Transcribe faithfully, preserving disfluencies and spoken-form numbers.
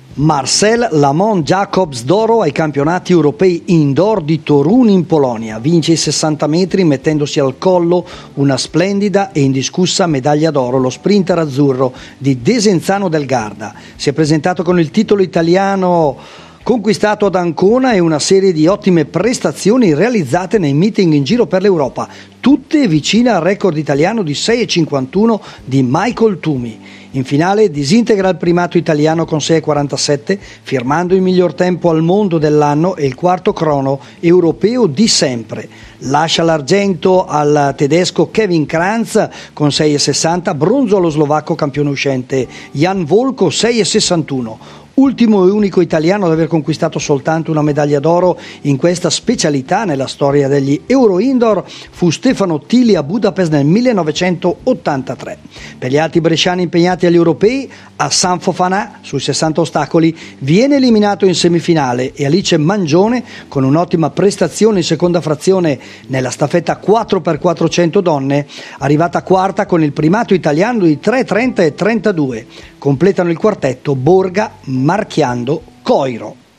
Marcel Lamont Jacobs d'oro ai campionati europei indoor di Torun in Polonia. Vince i sessanta metri mettendosi al collo una splendida e indiscussa medaglia d'oro. Lo sprinter azzurro di Desenzano del Garda si è presentato con il titolo italiano conquistato ad Ancona e una serie di ottime prestazioni realizzate nei meeting in giro per l'Europa, tutte vicine al record italiano di sei e cinquantuno di Michael Tumi. In finale disintegra il primato italiano con sei e quarantasette, firmando il miglior tempo al mondo dell'anno e il quarto crono europeo di sempre. Lascia l'argento al tedesco Kevin Kranz con sei e sessanta, bronzo allo slovacco campione uscente Jan Volko sei e sessantuno. Ultimo e unico italiano ad aver conquistato soltanto una medaglia d'oro in questa specialità nella storia degli Euro Indoor fu Stefano Tili a Budapest nel millenovecentottantatré. Per gli altri bresciani impegnati agli europei, Hassan Fofana sui sessanta ostacoli viene eliminato in semifinale e Alice Mangione, con un'ottima prestazione in seconda frazione nella staffetta quattro per quattrocento donne, arrivata quarta con il primato italiano di tre trenta e trentadue. Completano il quartetto Borga, Marchiando, Coiro.